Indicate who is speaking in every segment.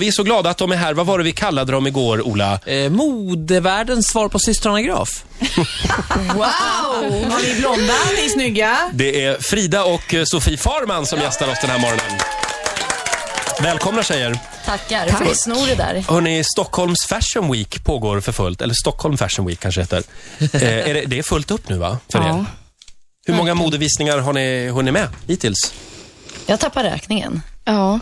Speaker 1: Vi är så glada att de är här. Vad var det vi kallade dem igår, Ola?
Speaker 2: Modevärldens svar på systrarna Graf.
Speaker 3: Wow! Har ni blonda? Ni är snygga.
Speaker 1: Det är Frida och Sofie Farman som gästar oss den här morgonen. Välkomna tjejer.
Speaker 4: Tackar, för det snor det där.
Speaker 1: Hörrni, Stockholms Fashion Week pågår för fullt. Eller Stockholm Fashion Week kanske heter. Det är fullt upp nu, va? För er. Hur många modevisningar har ni hunnit med hittills?
Speaker 4: Jag tappar räkningen.
Speaker 5: Ja,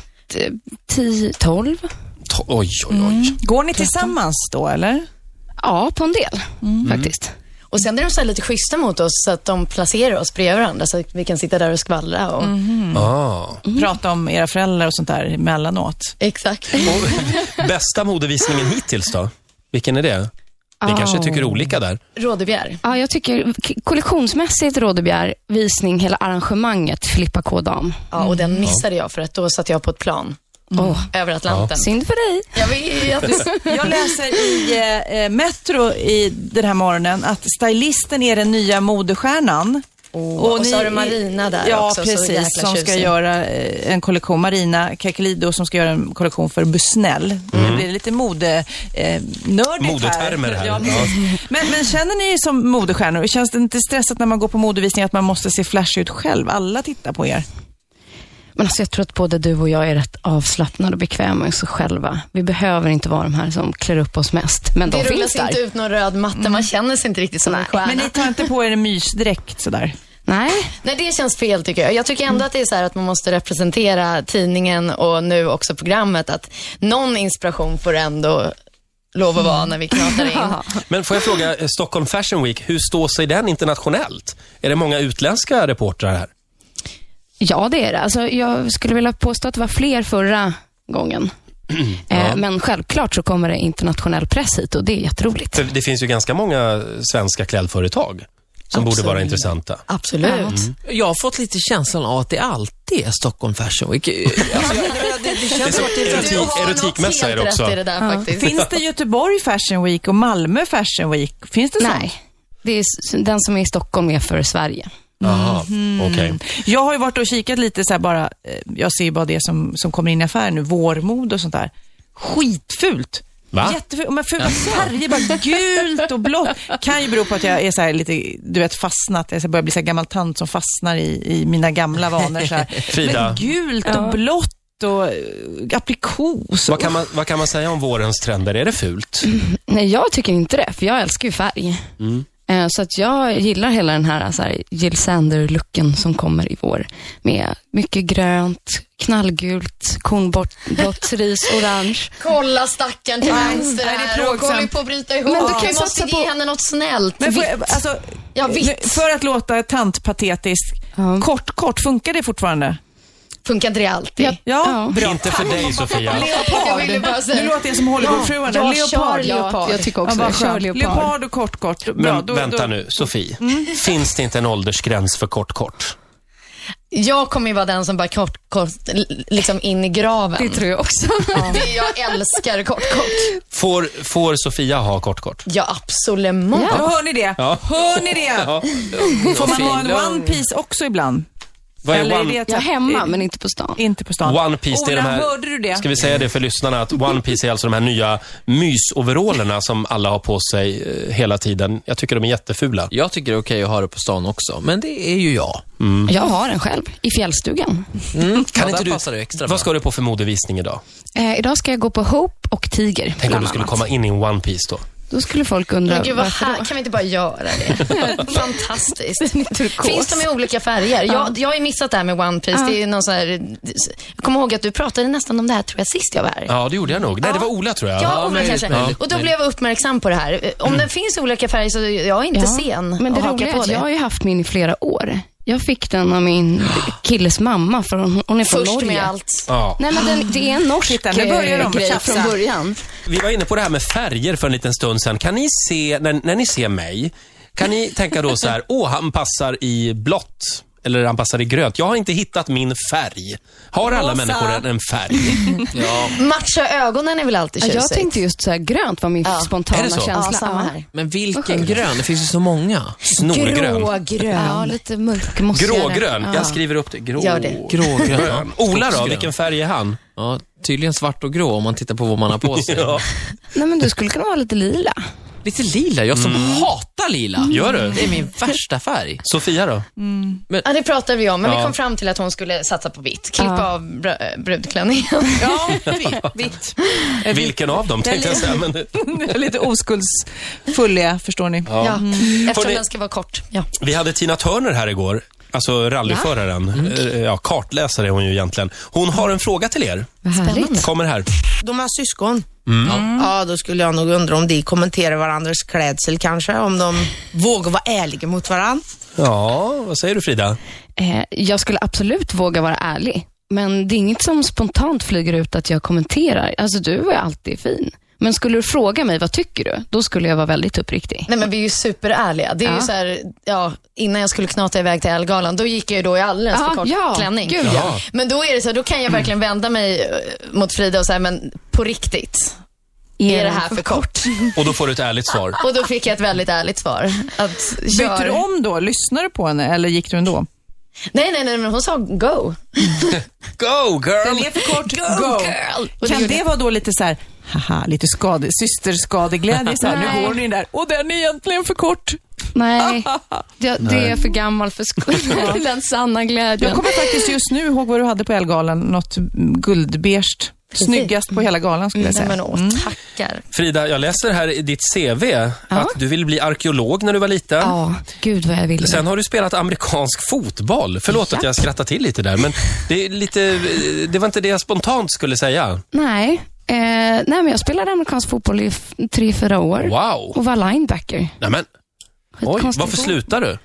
Speaker 5: 10-12.
Speaker 1: Oj.
Speaker 3: Går ni tillsammans då, eller?
Speaker 5: Ja, på en del faktiskt.
Speaker 4: Och sen är de så här lite schyssta mot oss så att de placerar oss bredvid varandra så att vi kan sitta där och skvallra och...
Speaker 3: Prata om era föräldrar och sånt där emellanåt.
Speaker 4: Exakt.
Speaker 1: Och bästa modevisningen hittills då? Vilken är det? Ni kanske tycker olika där.
Speaker 4: Rådebjär.
Speaker 5: Ja, jag tycker kollektionsmässigt Rådebjär, visning, hela arrangemanget Filippa K-dam.
Speaker 4: Ja, och den missade jag för att då satt jag på ett plan. Över Atlanten.
Speaker 5: Synd för dig.
Speaker 4: Jag vet.
Speaker 3: Jag läser i Metro i den här morgonen att stylisten är den nya modestjärnan.
Speaker 4: Och så har du Marina där också.
Speaker 3: Ja, precis. Som ska göra en kollektion. Marina Kakelido som ska göra en kollektion för Busnell. Det blir lite nördigt
Speaker 1: modetermer här.
Speaker 3: Ja. Men känner ni som modestjärnor, känns det inte stressat när man går på modevisning att man måste se flash ut själv? Alla tittar på er.
Speaker 5: Men alltså jag tror att både du och jag är rätt avslappnade och bekväma med oss själva. Vi behöver inte vara de här som klär upp oss mest. Men de finns där. Det rullas
Speaker 4: inte ut någon röd matta. Man känner sig inte riktigt som en stjärna.
Speaker 3: Men ni tar inte på er en mysdräkt sådär?
Speaker 5: Nej,
Speaker 4: det känns fel tycker jag. Jag tycker ändå att det är så här att man måste representera tidningen och nu också programmet. Att någon inspiration får ändå lov att vara när vi knatar in.
Speaker 1: Men får jag fråga, Stockholm Fashion Week, hur står sig den internationellt? Är det många utländska reportrar här?
Speaker 5: Ja, det är det. Alltså, jag skulle vilja påstå att det var fler förra gången. Men självklart så kommer det internationell press hit och det är jätteroligt.
Speaker 1: För det finns ju ganska många svenska klädföretag som borde vara intressanta.
Speaker 4: Absolut.
Speaker 2: Jag har fått lite känslan av att det alltid är Stockholm Fashion Week.
Speaker 1: Det känns som erotikmässa är det också.
Speaker 4: Det där, faktiskt.
Speaker 3: Finns det Göteborg Fashion Week och Malmö Fashion Week? Finns det sånt?
Speaker 5: Nej, det är den som är i Stockholm är för Sverige.
Speaker 1: Okay.
Speaker 3: Jag har ju varit och kikat lite så här bara, jag ser bara det som kommer in i affären nu, vårmod och sånt där. Skitfult.
Speaker 1: Va?
Speaker 3: Jättefult. Men fula färger, bara gult och blått. Kan ju bero på att jag är så här lite, du vet, fastnat. Jag börjar bli så här gammal tant som fastnar i mina gamla vanor så här.
Speaker 1: Frida.
Speaker 3: Men gult och blått och aprikos.
Speaker 1: Vad kan man säga om vårens trender? Är det fult?
Speaker 5: Nej, jag tycker inte det, för jag älskar ju färg. Så att jag gillar hela den här Jill Sander-looken som kommer i vår. Med mycket grönt, knallgult, kornblått, ris, orange.
Speaker 4: Kolla stackaren till vänster här och kommer på att bryta ihop. Men du kan måste ge henne något snällt.
Speaker 3: Men
Speaker 4: vitt.
Speaker 3: För att låta tantpatetisk, kort, funkar det fortfarande?
Speaker 4: Funkar inte det alltid?
Speaker 3: Ja. Bra.
Speaker 1: Inte för dig, Sofia.
Speaker 3: Leopard. Nu låter jag som Hollywoodfruarna.
Speaker 4: Leopard.
Speaker 5: Jag tycker också det.
Speaker 3: Leopard och kort.
Speaker 1: Bra, men vänta nu, Sofie. Finns det inte en åldersgräns för kort?
Speaker 4: Jag kommer ju vara den som bara kort liksom in i graven.
Speaker 5: Det tror jag också.
Speaker 4: Jag älskar kort.
Speaker 1: Får Sofia ha kort?
Speaker 4: Ja, absolut.
Speaker 3: Ja. Hör ni det? Ja. Får man ha en one piece också ibland?
Speaker 1: Vad är
Speaker 5: jag är hemma, men inte på stan.
Speaker 3: Inte på stan.
Speaker 1: One Piece, det är de här,
Speaker 3: hörde du det?
Speaker 1: Ska vi säga det för lyssnarna, att One Piece är alltså de här nya mysoverallerna som alla har på sig hela tiden. Jag tycker de är jättefula.
Speaker 2: Jag tycker det är okej att ha det på stan också, men det är ju jag.
Speaker 5: Jag har den själv, i fjällstugan.
Speaker 1: Kan inte du extra vad ska du på för modevisning idag?
Speaker 5: Idag ska jag gå på Hope och Tiger.
Speaker 1: Tänk om du skulle komma in i en One Piece då.
Speaker 5: Då skulle folk undra
Speaker 4: varför då? Kan vi inte bara göra det? Fantastiskt. Finns de i olika färger? Jag har ju missat det här med One Piece. Det är någon så här, jag kommer ihåg att du pratade nästan om det här tror jag sist jag var här.
Speaker 1: Ja, det gjorde jag nog. Nej, det var Ola tror jag.
Speaker 4: Ja, Ola kanske. Och då blev jag uppmärksam på det här. Om den finns i olika färger så jag är inte sen.
Speaker 5: Men det roliga är att jag har ju haft min i flera år. Jag fick den av min killes mamma, för hon är från Norge.
Speaker 4: Först med allt.
Speaker 1: Ja.
Speaker 5: Nej, men det är en norsk grej från början.
Speaker 1: Vi var inne på det här med färger för en liten stund sedan. Kan ni se, när ni ser mig, kan ni tänka då så här, han passar i blått eller anpassad i grönt. Jag har inte hittat min färg. Har alla människor en färg?
Speaker 2: Ja.
Speaker 4: Matcha ögonen är väl alltid tjusigt.
Speaker 5: Jag tänkte just så här, grönt var min spontana
Speaker 1: Är det så?
Speaker 5: känsla.
Speaker 4: Ja, samma här.
Speaker 2: Men vilken grön? Det finns ju så många.
Speaker 1: Snorgrön.
Speaker 4: Grågrön.
Speaker 5: Ja, lite mörkmossigare.
Speaker 1: Grågrön.
Speaker 5: Ja.
Speaker 1: Jag skriver upp det.
Speaker 4: Gör det.
Speaker 2: Grågrön.
Speaker 1: Ola då,
Speaker 2: Skogsgrön.
Speaker 1: vilken färg är han?
Speaker 2: Ja, tydligen svart och grå om man tittar på vad man har på sig.
Speaker 1: Ja.
Speaker 5: Nej, men du skulle kunna vara lite lila.
Speaker 2: Lite lila, jag som hatar lila.
Speaker 1: Gör du?
Speaker 2: Det är min värsta färg.
Speaker 1: Sofia då?
Speaker 4: Ja, det pratade vi om, men
Speaker 1: Ja.
Speaker 4: vi kom fram till att hon skulle satsa på vitt. Klippa av brudklänningen.
Speaker 3: Ja, vitt.
Speaker 1: Vilken av dem tänkte jag säga. Men
Speaker 3: Lite oskuldsfull är, förstår ni.
Speaker 4: Ja. Eftersom
Speaker 1: Hörrni-
Speaker 4: den ska vara kort. Ja.
Speaker 1: vi hade Tina Turner här igår. Alltså rallyföraren. Ja, kartläsare är hon ju egentligen. Hon har en fråga till er.
Speaker 5: Vad härligt.
Speaker 1: Kommer här.
Speaker 6: De har syskon. Ja, då skulle jag nog undra om de kommenterar varandras klädsel kanske. Om de vågar vara ärliga mot varandra.
Speaker 1: Ja, vad säger du Frida?
Speaker 5: Jag skulle absolut våga vara ärlig. Men det är inget som spontant flyger ut att jag kommenterar. Alltså, du är alltid fin. Men skulle du fråga mig, vad tycker du? Då skulle jag vara väldigt uppriktig.
Speaker 4: Nej, men vi är ju superärliga. Det är ju så här, innan jag skulle knata iväg till Ellegalan, då gick jag ju då i alldeles för kort klänning.
Speaker 5: Gud, ja.
Speaker 4: Men då är det så här, då kan jag verkligen vända mig mot Frida och säga, men på riktigt, är det här för kort?
Speaker 1: Och då får du ett ärligt svar.
Speaker 4: Och då fick jag ett väldigt ärligt svar. Att
Speaker 3: Bytte du om då? Lyssnade du på henne eller gick du ändå?
Speaker 4: Nej, men hon sa go.
Speaker 1: Go girl!
Speaker 3: Den är för kort. Go.
Speaker 4: Girl. Och
Speaker 3: Kan
Speaker 4: gjorde
Speaker 3: det vara då lite så här, haha, lite systerskadeglädje så här, nu går ni in där. Och den är egentligen för kort.
Speaker 5: Nej, det är jag för gammal för den sanna
Speaker 3: Jag
Speaker 5: glädjen.
Speaker 3: kommer faktiskt just nu ihåg vad du hade på Ellegalan. Något guldbeige. Snyggast på hela galan skulle jag
Speaker 4: Nej,
Speaker 3: säga.
Speaker 4: men tackar.
Speaker 1: Frida, jag läser här i ditt CV att du ville bli arkeolog när du var liten.
Speaker 5: Ja, gud vad jag vill.
Speaker 1: Sen har du spelat amerikansk fotboll. Förlåt att jag skrattar till lite där, men det är lite, det var inte det jag spontant skulle säga.
Speaker 5: Nej, men jag spelade amerikansk fotboll i 3-4 år.
Speaker 1: Wow.
Speaker 5: Och var linebacker.
Speaker 1: Nämen. Oj,
Speaker 5: Skitkonstigt.
Speaker 1: varför slutar du?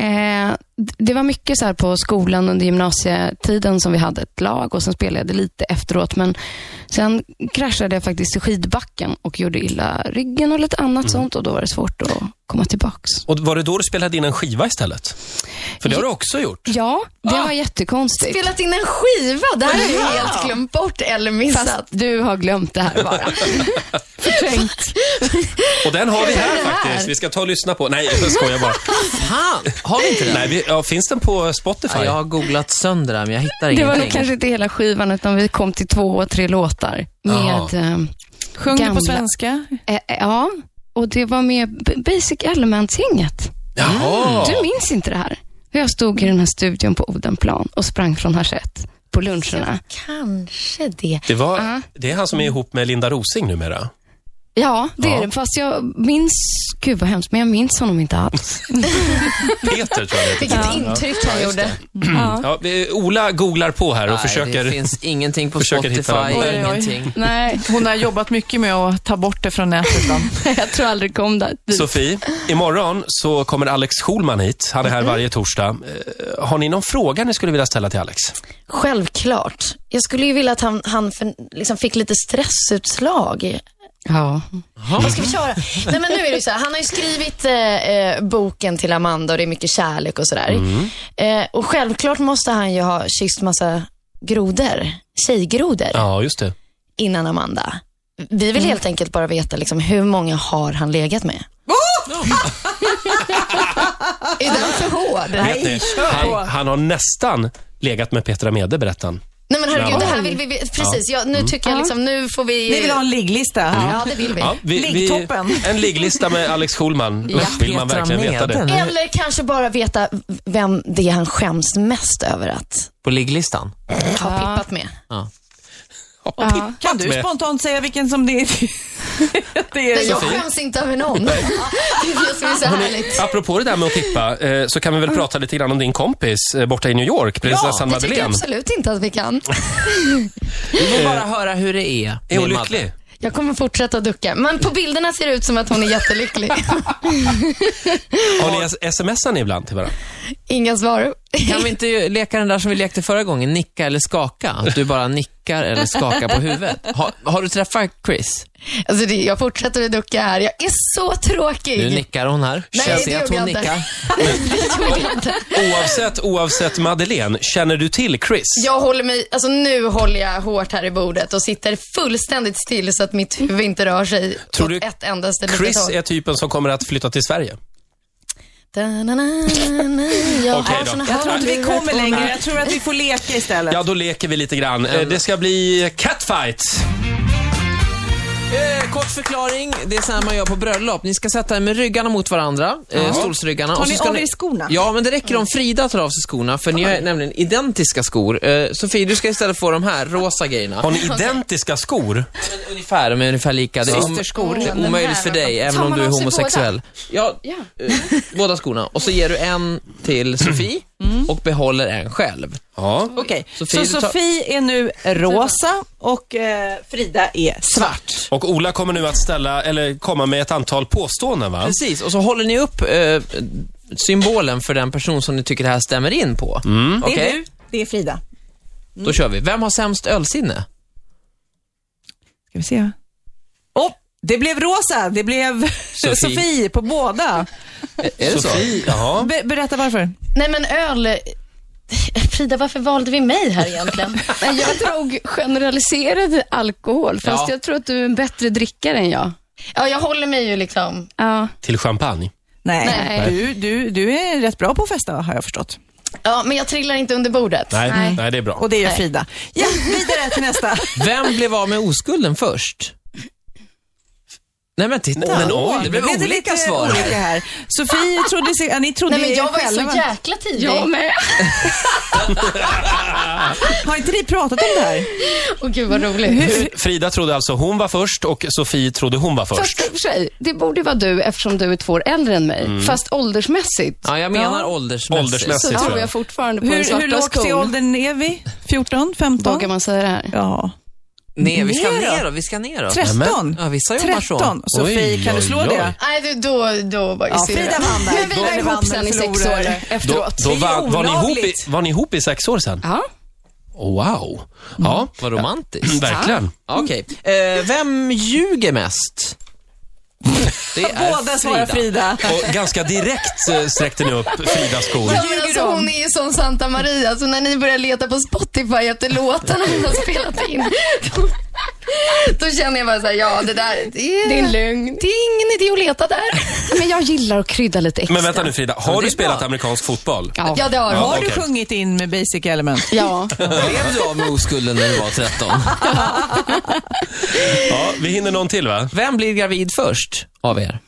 Speaker 5: Det var mycket så här på skolan under gymnasietiden som vi hade ett lag och sen spelade jag det lite efteråt, men sen kraschade jag faktiskt i skidbacken och gjorde illa ryggen och lite annat sånt, och då var det svårt att komma tillbaks.
Speaker 1: Och var det då du spelade in en skiva istället? För det har du också gjort.
Speaker 5: Ja, det var jättekonstigt.
Speaker 4: Spelat in en skiva, det här är ju helt glömt bort eller missat.
Speaker 5: Fast du har glömt det här bara. Förträngt.
Speaker 1: Och den har vi här faktiskt. Vi ska ta och lyssna på. Nej, jag skojar bara.
Speaker 2: Fan, har vi inte det?
Speaker 1: Nej, finns den på Spotify?
Speaker 2: Ja, jag har googlat sönder det, men jag hittar
Speaker 5: Det
Speaker 2: ingenting.
Speaker 5: var nog kanske inte hela skivan, utan vi kom till 2-3 låtar med
Speaker 3: Sjöng du på
Speaker 5: gamla-
Speaker 3: svenska?
Speaker 5: ja, och det var med Basic Elements-gänget.
Speaker 1: Jaha.
Speaker 5: Du minns inte det här? Jag stod i den här studion på Odenplan och sprang från Harsett på luncherna.
Speaker 4: Kanske det.
Speaker 1: Det är han som är ihop med Linda Rosing numera.
Speaker 5: Ja, det är det. Fast jag minns, gud vad hemskt, men jag minns honom inte alls.
Speaker 1: Peter tror jag det
Speaker 4: Vilket
Speaker 1: heter.
Speaker 4: intryck han gjorde.
Speaker 1: Ja, Ola googlar på här och
Speaker 2: Nej,
Speaker 1: försöker...
Speaker 2: det finns ingenting på
Speaker 1: försöker hitta
Speaker 2: Spotify,
Speaker 1: dem.
Speaker 3: Oj, oj.
Speaker 2: ingenting.
Speaker 5: Nej,
Speaker 3: Hon har jobbat mycket med att ta bort det från nätet. Då.
Speaker 5: jag tror aldrig kom där.
Speaker 1: Sofie, imorgon så kommer Alex Schulman hit. Han är här varje torsdag. Har ni någon fråga ni skulle vilja ställa till Alex?
Speaker 4: Självklart. Jag skulle ju vilja att han liksom fick lite stressutslag.
Speaker 5: Ja.
Speaker 4: Vad ska vi köra? Nej, men nu är det ju så här, han har ju skrivit boken till Amanda och det är mycket kärlek och sådär. Och självklart måste han ju ha kysst massa grodor, tjejgrodor,
Speaker 1: Ja, just det.
Speaker 4: innan Amanda. Vi vill helt enkelt bara veta liksom, hur många har han legat med? Är den för hård?
Speaker 1: Vet ni, han har nästan legat med Petra Mede, berättar han.
Speaker 4: Nej, men herregud,
Speaker 1: Ja.
Speaker 4: det här vill vi... Precis, ja, nu tycker jag liksom, nu får vi...
Speaker 3: Ni vill ha en ligglista?
Speaker 4: Ja, det vill vi.
Speaker 1: Ja,
Speaker 3: Liggtoppen.
Speaker 1: en ligglista med Alex Schulman. Vill man
Speaker 2: Petra
Speaker 1: verkligen veta det?
Speaker 2: Mede.
Speaker 4: Eller kanske bara veta vem det är han skäms mest över att
Speaker 2: På ligglistan.
Speaker 4: ha pippat med.
Speaker 3: Kan du
Speaker 1: med.
Speaker 3: spontant säga vilken som det är? Det är
Speaker 4: Jag skäms inte över någon. Det är det som är så härligt.
Speaker 1: Apropå det där med att pippa, så kan vi väl prata lite grann om din kompis borta i New York, prinsessan
Speaker 4: Det tycker jag
Speaker 1: Madeleine.
Speaker 4: absolut inte att vi kan.
Speaker 2: Vi vill bara höra hur det är.
Speaker 1: Är hon
Speaker 2: med
Speaker 1: lycklig?
Speaker 4: Jag kommer fortsätta ducka. Men på bilderna ser det ut som att hon är jättelycklig.
Speaker 1: Har ni smsar ni ibland till varandra?
Speaker 4: Inga svar.
Speaker 2: Kan vi inte leka den där som vi lekte förra gången? Nicka eller skaka? Att du bara nickar nickar eller skakar på huvudet. Har du träffat Chris?
Speaker 4: Alltså jag fortsätter att ducka här. Jag är så tråkig.
Speaker 2: Nu nickar hon här.
Speaker 4: Nej,
Speaker 2: Jag
Speaker 4: det
Speaker 2: ser att
Speaker 4: gjorde
Speaker 2: hon
Speaker 4: jag
Speaker 2: nickar.
Speaker 1: Oavsett Madeleine, känner du till Chris?
Speaker 4: Nu håller jag hårt här i bordet och sitter fullständigt still så att mitt huvud inte rör sig.
Speaker 1: Tror du
Speaker 4: ett endaste litet
Speaker 1: Chris
Speaker 4: tag.
Speaker 1: är typen som kommer att flytta till Sverige?
Speaker 4: Jag
Speaker 3: tror att vi kommer längre. Jag tror att vi får leka istället.
Speaker 1: Ja, då leker vi lite grann. Det ska bli catfight.
Speaker 2: Kort förklaring, det är så här man gör på bröllop. Ni ska sätta er med ryggarna mot varandra, stolsryggarna.
Speaker 3: Tar
Speaker 2: och så
Speaker 3: ni
Speaker 2: ska
Speaker 3: av er skorna?
Speaker 2: Ja, men det räcker om Frida tar av sig skorna, för ni har nämligen identiska skor. Sofie, du ska istället få de här rosa grejerna.
Speaker 1: Har ni identiska skor?
Speaker 2: Ungefär, de är ungefär lika. Det är omöjligt för dig, även om du är homosexuell. Ja, båda skorna. Och så ger du en till Sofie och behåller en själv.
Speaker 1: Ja.
Speaker 3: Okej, så Sofie är nu rosa och Frida är svart.
Speaker 1: Och Ola kommer nu att komma med ett antal påståenden, va?
Speaker 2: Precis, och så håller ni upp symbolen för den person som ni tycker det här stämmer in på.
Speaker 3: Det är du, det är Frida.
Speaker 2: Då kör vi. Vem har sämst ölsinne?
Speaker 3: Ska vi se. Det blev rosa. Det blev Sofie på båda.
Speaker 2: Är det
Speaker 1: Sofie,
Speaker 2: så?
Speaker 1: Jaha.
Speaker 3: Berätta varför.
Speaker 4: Nej, men öl... Frida, varför valde vi mig här egentligen?
Speaker 5: Jag drog generaliserad alkohol, fast jag tror att du är en bättre drickare än jag.
Speaker 4: Ja, jag håller mig ju liksom...
Speaker 5: Ja.
Speaker 1: Till champagne?
Speaker 3: Nej. Du är rätt bra på att festa, har jag förstått.
Speaker 4: Ja, men jag trillar inte under bordet.
Speaker 1: Nej, det är bra.
Speaker 3: Och det är Frida. Ja, vidare till nästa.
Speaker 2: Vem blev av med oskulden först? Nej, men titta. Det blev olika svar.
Speaker 3: Olika här. Sofie trodde sig... Ni trodde
Speaker 4: Nej, men jag var
Speaker 3: själva.
Speaker 4: så jäkla tidig.
Speaker 5: Jag med.
Speaker 3: Har inte ni pratat om det här?
Speaker 4: Åh gud, vad roligt.
Speaker 1: Frida trodde alltså hon var först och Sofie trodde hon var först.
Speaker 5: Fast i och för sig, det borde vara du eftersom du är 2 år äldre än mig. Fast åldersmässigt.
Speaker 2: Ja, jag menar åldersmässigt.
Speaker 5: Så tror jag fortfarande på den
Speaker 3: Hur
Speaker 5: svarta
Speaker 3: lågt i
Speaker 5: skon.
Speaker 3: åldern är vi? 14? 15?
Speaker 5: Vågar man säga det här?
Speaker 3: Ja.
Speaker 2: Nej, vi ska ner då.
Speaker 3: 13?
Speaker 2: Ja, vissa jobbar så.
Speaker 3: 13. Sofie, kan du slå det?
Speaker 4: Nej, då var ju
Speaker 3: Frida vann där.
Speaker 5: Men vi var ihop sen i 6 år efteråt.
Speaker 1: Då var ni ihop i 6 år sedan?
Speaker 5: Ja.
Speaker 1: Wow. Ja,
Speaker 2: Vad romantiskt.
Speaker 1: verkligen.
Speaker 2: Okej. Vem ljuger mest? Det är
Speaker 3: Båda svarar Frida.
Speaker 1: Och ganska direkt sträckte ni upp Fridas skor.
Speaker 4: Ja, men alltså, hon är ju som Santa Maria. Så när ni börjar leta på Spotify efter låtarna hon har spelat in, då känner jag bara så här, det är en lögn. Det är ingen idé att leta där.
Speaker 5: Men jag gillar att krydda lite extra.
Speaker 1: Men vänta nu Frida, har du spelat amerikansk fotboll?
Speaker 4: Ja, det har
Speaker 3: Har
Speaker 4: hon.
Speaker 3: du
Speaker 1: okej.
Speaker 3: sjungit in med Basic Element?
Speaker 5: Ja.
Speaker 2: Blev du av med oskulden när du var 13?
Speaker 1: Ja, vi hinner någon till, va?
Speaker 2: Vem blir gravid först av er?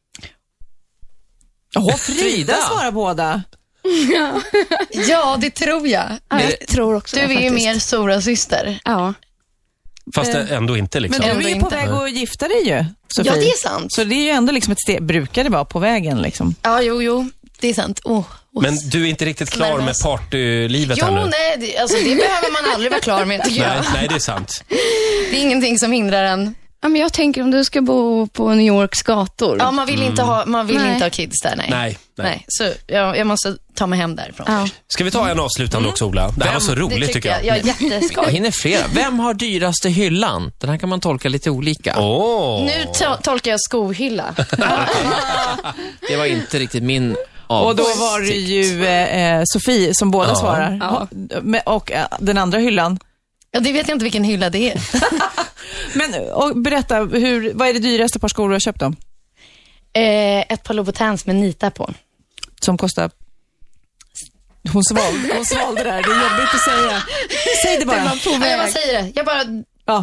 Speaker 3: Frida svarar båda.
Speaker 4: Ja, det tror jag.
Speaker 5: Jag tror också
Speaker 4: Du
Speaker 5: det,
Speaker 4: är ju
Speaker 5: faktiskt.
Speaker 4: mer stora syster.
Speaker 5: Ja.
Speaker 1: Fast ändå inte liksom.
Speaker 3: Men du är ju på
Speaker 4: inte.
Speaker 3: väg att gifta dig ju, Sofie.
Speaker 4: Ja, det är sant.
Speaker 3: Så det är ju ändå liksom ett steg, brukar det vara på vägen liksom.
Speaker 4: Ja, jo, det är sant.
Speaker 1: Men du är inte riktigt klar med partylivet
Speaker 4: Jo,
Speaker 1: ännu?
Speaker 4: nej, det behöver man aldrig vara klar med, tycker jag.
Speaker 1: Nej, det är sant.
Speaker 4: Det är ingenting som hindrar en.
Speaker 5: Ja, men jag tänker om du ska bo på New Yorks gator.
Speaker 4: Ja, man vill inte
Speaker 5: Nej.
Speaker 4: ha kids där, nej.
Speaker 1: Nej.
Speaker 4: Så jag måste ta mig hem därifrån.
Speaker 5: Ja.
Speaker 1: Ska vi ta en avslutande också, Ola? Det här var så
Speaker 4: Det
Speaker 1: roligt tycker jag.
Speaker 4: Jag är
Speaker 2: Jag
Speaker 4: jätteskoj.
Speaker 2: hinner flera. Vem har dyraste hyllan? Den här kan man tolka lite olika.
Speaker 4: Nu tolkar jag skohylla.
Speaker 2: Det var inte riktigt min
Speaker 3: Och då var det ju Sofie som båda svarar.
Speaker 5: Ja.
Speaker 3: Och den andra hyllan.
Speaker 4: Ja, det vet jag inte vilken hylla det är.
Speaker 3: Men berätta, vad är det dyraste par skor du har köpt då?
Speaker 4: Ett par Louboutins med nitar på.
Speaker 3: Som kostar... Hon svalde där, det är jobbigt att säga. Säg det bara.
Speaker 4: Ja, jag bara säger det. Jag bara...
Speaker 3: Ja.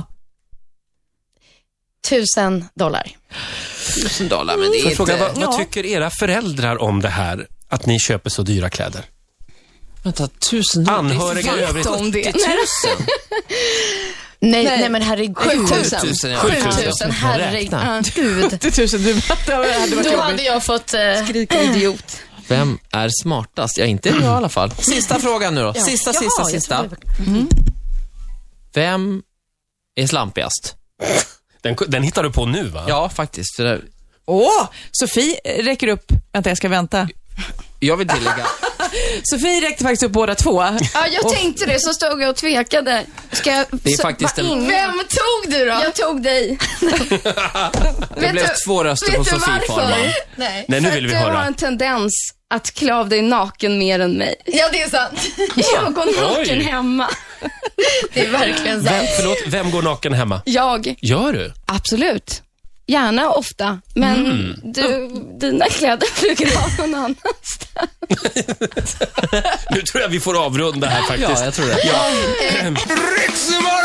Speaker 4: $1,000.
Speaker 2: $1,000, men det
Speaker 1: Får
Speaker 2: är
Speaker 1: jag fråga,
Speaker 2: inte...
Speaker 1: vad tycker era föräldrar om det här? Att ni köper så dyra kläder?
Speaker 2: Vänta, $1,000?
Speaker 1: Anhöriga i övrigt.
Speaker 5: Om det.
Speaker 4: Nej, men herregud.
Speaker 2: 7,000.
Speaker 4: 7,000, herregud.
Speaker 3: 80 000, du det hade varit
Speaker 4: Då
Speaker 3: jobbigt.
Speaker 4: hade jag fått...
Speaker 5: Skrika idiot.
Speaker 2: Vem är smartast? Ja, inte jag i alla fall. Sista frågan nu då. Sista. Vem är slampigast?
Speaker 1: Den hittar du på nu, va?
Speaker 2: Ja, faktiskt.
Speaker 3: Sofie räcker upp. Vänta, jag ska vänta.
Speaker 2: Jag vill tillägga,
Speaker 3: Sofie räckte faktiskt upp båda två.
Speaker 5: Ja, jag tänkte det, så stod jag och tvekade. Ska jag
Speaker 2: Det är faktiskt
Speaker 4: Vem tog du då?
Speaker 5: Jag tog dig.
Speaker 2: Det blev 2 röster på Sofie Farman.
Speaker 4: Nej.
Speaker 1: Nej, nu vill vi
Speaker 5: Du har
Speaker 1: höra.
Speaker 5: en tendens att klä av dig naken mer än mig.
Speaker 4: Ja, det är sant.
Speaker 5: Jag går naken
Speaker 1: Oj.
Speaker 5: hemma.
Speaker 4: Det är verkligen sant.
Speaker 1: Vem går naken hemma?
Speaker 5: Jag,
Speaker 1: Gör du?
Speaker 5: absolut. Gärna, ofta. Men dina kläder flyger av någon annanstans.
Speaker 1: Nu tror jag vi får avrunda här faktiskt.
Speaker 2: Ja, jag tror det.
Speaker 1: Ja.